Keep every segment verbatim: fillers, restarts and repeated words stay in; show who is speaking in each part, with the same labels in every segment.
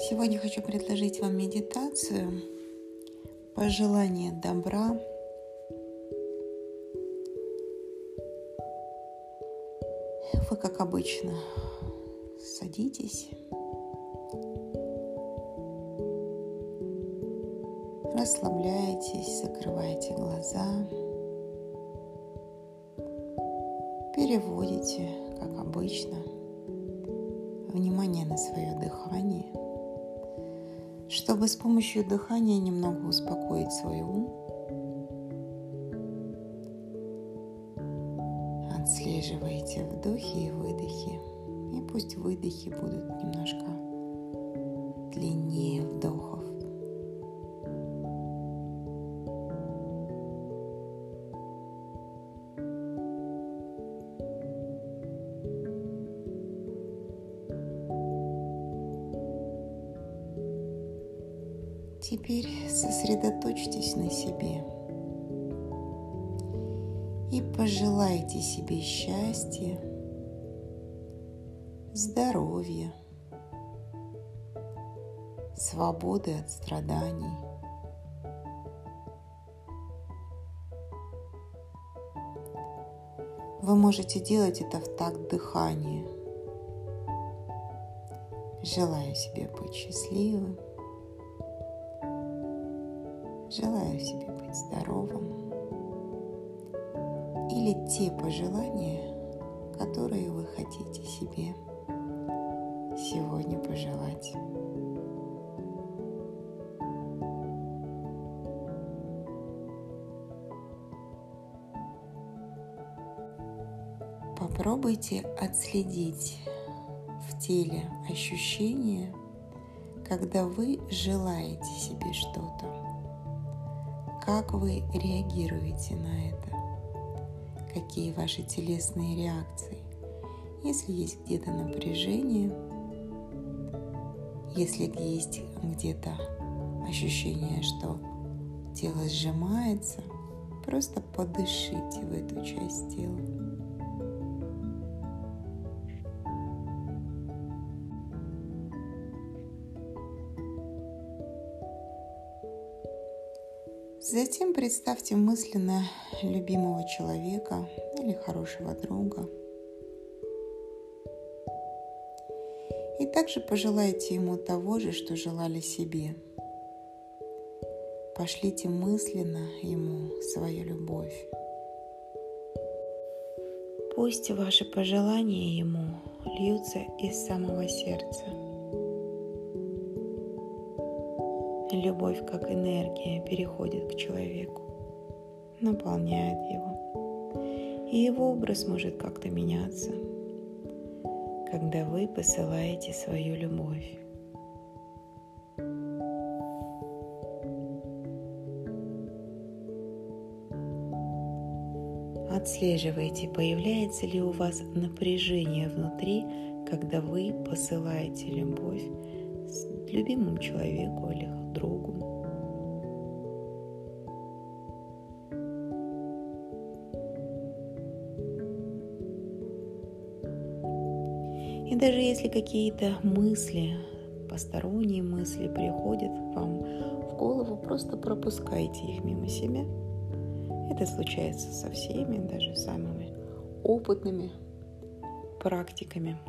Speaker 1: Сегодня хочу предложить вам медитацию пожелание добра. Вы, как обычно, садитесь, расслабляйтесь, закрывайте глаза, переводите, как обычно, внимание на свое дыхание, чтобы с помощью дыхания немного успокоить свой ум. Отслеживайте вдохи и выдохи, и пусть выдохи будут немножко длиннее вдохов. Теперь сосредоточьтесь на себе и пожелайте себе счастья, здоровья, свободы от страданий. Вы можете делать это в такт дыханию. Желаю себе быть счастливым. Желаю себе быть здоровым. Или те пожелания, которые вы хотите себе сегодня пожелать. Попробуйте отследить в теле ощущения, когда вы желаете себе что-то. Как вы реагируете на это? Какие ваши телесные реакции? Если есть где-то напряжение, если есть где-то ощущение, что тело сжимается, просто подышите в эту часть тела. Затем представьте мысленно любимого человека или хорошего друга. И также пожелайте ему того же, что желали себе. Пошлите мысленно ему свою любовь. Пусть ваши пожелания ему льются из самого сердца. Любовь, как энергия, переходит к человеку, наполняет его, и его образ может как-то меняться, когда вы посылаете свою любовь. Отслеживайте, появляется ли у вас напряжение внутри, когда вы посылаете любовь любимому человеку или другу. И даже если какие-то мысли, посторонние мысли приходят к вам в голову, просто пропускайте их мимо себя. Это случается со всеми, даже самыми опытными практиками.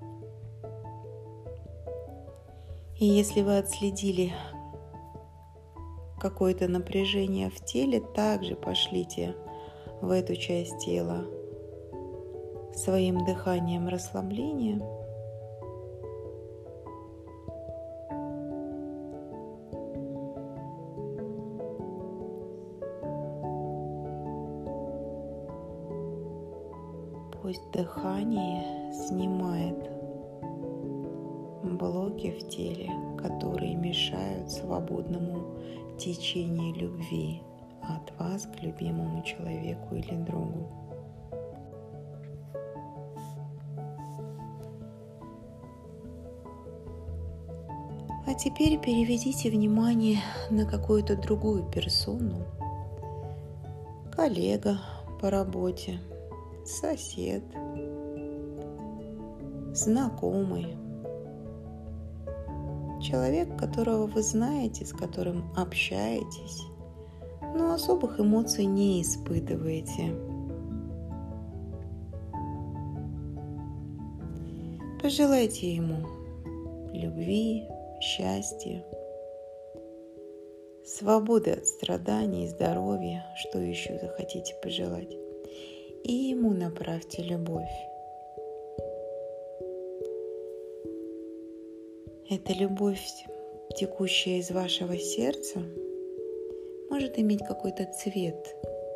Speaker 1: И если вы отследили какое-то напряжение в теле, также пошлите в эту часть тела своим дыханием расслабления. Пусть дыхание снимает блоки в теле, которые мешают свободному течению любви от вас к любимому человеку или другу. А теперь переведите внимание на какую-то другую персону, коллега по работе, сосед, знакомый, человек, которого вы знаете, с которым общаетесь, но особых эмоций не испытываете. Пожелайте ему любви, счастья, свободы от страданий, здоровья, что еще захотите пожелать. И ему направьте любовь. Эта любовь, текущая из вашего сердца, может иметь какой-то цвет.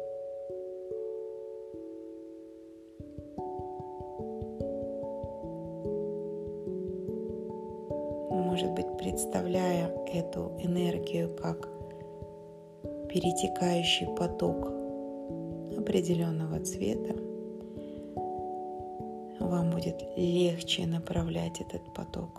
Speaker 1: Может быть, представляя эту энергию как перетекающий поток определенного цвета, вам будет легче направлять этот поток.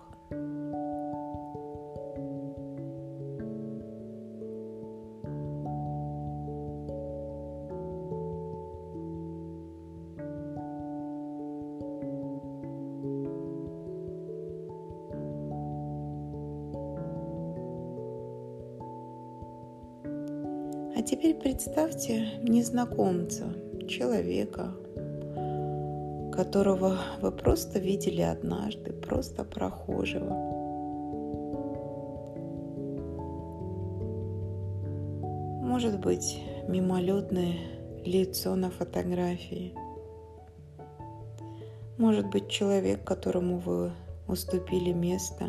Speaker 1: А теперь представьте незнакомца, человека, которого вы просто видели однажды, просто прохожего. Может быть, мимолетное лицо на фотографии. Может быть, человек, которому вы уступили место.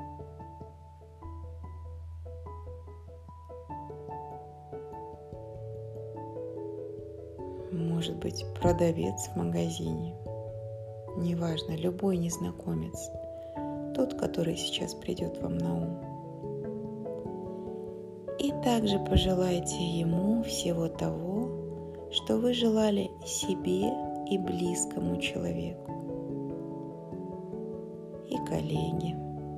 Speaker 1: Может быть, продавец в магазине. Неважно, любой незнакомец. Тот, который сейчас придет вам на ум. И также пожелайте ему всего того, что вы желали себе и близкому человеку, и коллеге.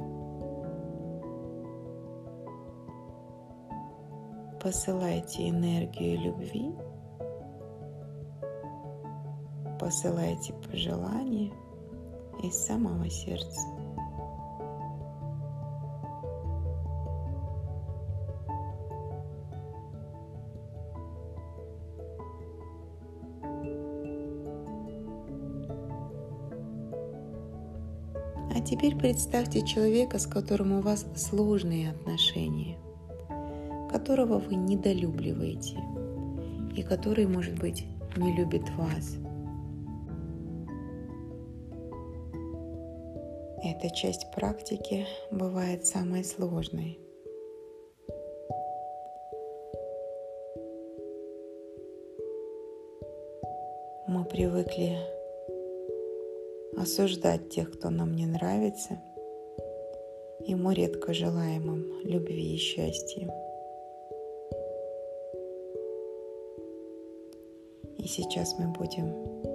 Speaker 1: Посылайте энергию любви, посылайте пожелания из самого сердца. А теперь представьте человека, с которым у вас сложные отношения, которого вы недолюбливаете и который, может быть, не любит вас. Эта часть практики бывает самой сложной. Мы привыкли осуждать тех, кто нам не нравится, и мы редко желаем им любви и счастья. И сейчас мы будем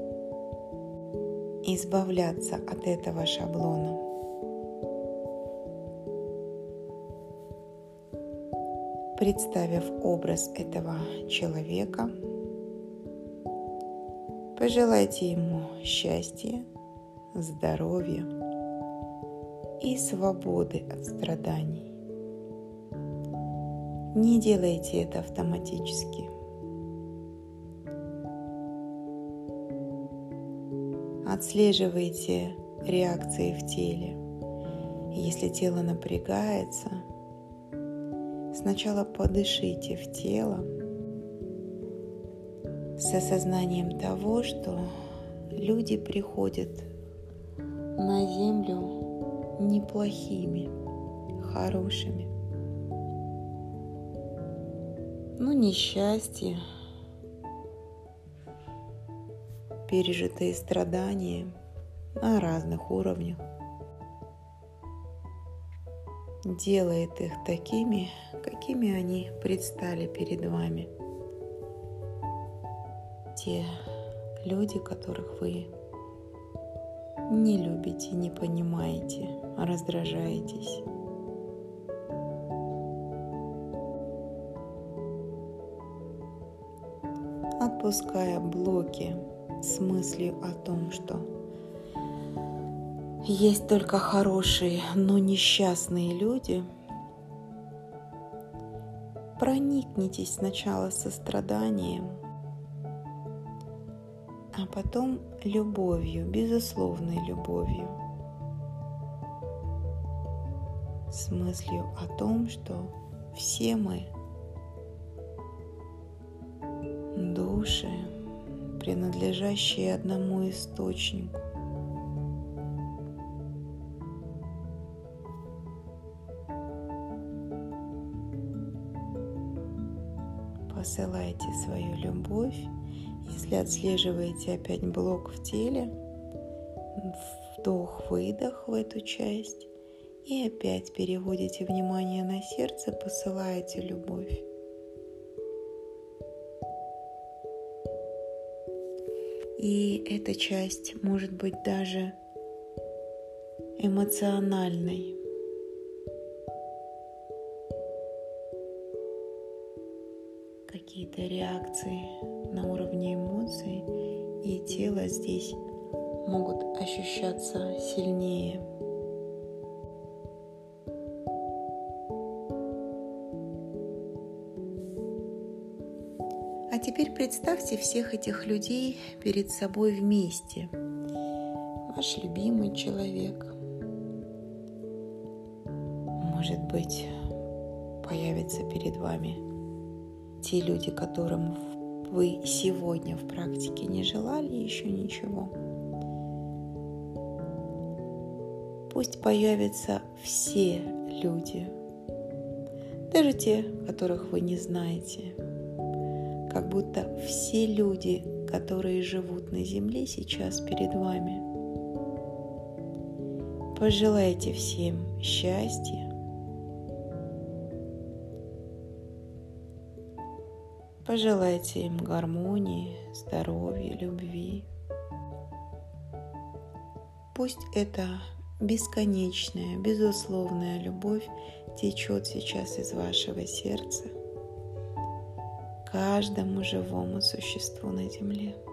Speaker 1: избавляться от этого шаблона. Представив образ этого человека, пожелайте ему счастья, здоровья и свободы от страданий. Не делайте это автоматически. Отслеживайте реакции в теле. Если тело напрягается, сначала подышите в тело с осознанием того, что люди приходят на землю неплохими, хорошими. Но несчастье, пережитые страдания на разных уровнях делает их такими, какими они предстали перед вами. Те люди, которых вы не любите, не понимаете, раздражаетесь. Отпуская блоки с мыслью о том, что есть только хорошие, но несчастные люди, проникнитесь сначала состраданием, а потом любовью, безусловной любовью, с мыслью о том, что все мы души, принадлежащие одному источнику. Посылайте свою любовь. Если отслеживаете опять блок в теле, вдох-выдох в эту часть, и опять переводите внимание на сердце, посылаете любовь. И эта часть может быть даже эмоциональной. Какие-то реакции на уровне эмоций и тела здесь могут ощущаться сильнее. А теперь представьте всех этих людей перед собой вместе. Ваш любимый человек. Может быть, появятся перед вами те люди, которым вы сегодня в практике не желали еще ничего. Пусть появятся все люди, даже те, которых вы не знаете. Как будто все люди, которые живут на земле, сейчас перед вами. Пожелайте всем счастья. Пожелайте им гармонии, здоровья, любви. Пусть эта бесконечная, безусловная любовь течет сейчас из вашего сердца каждому живому существу на земле.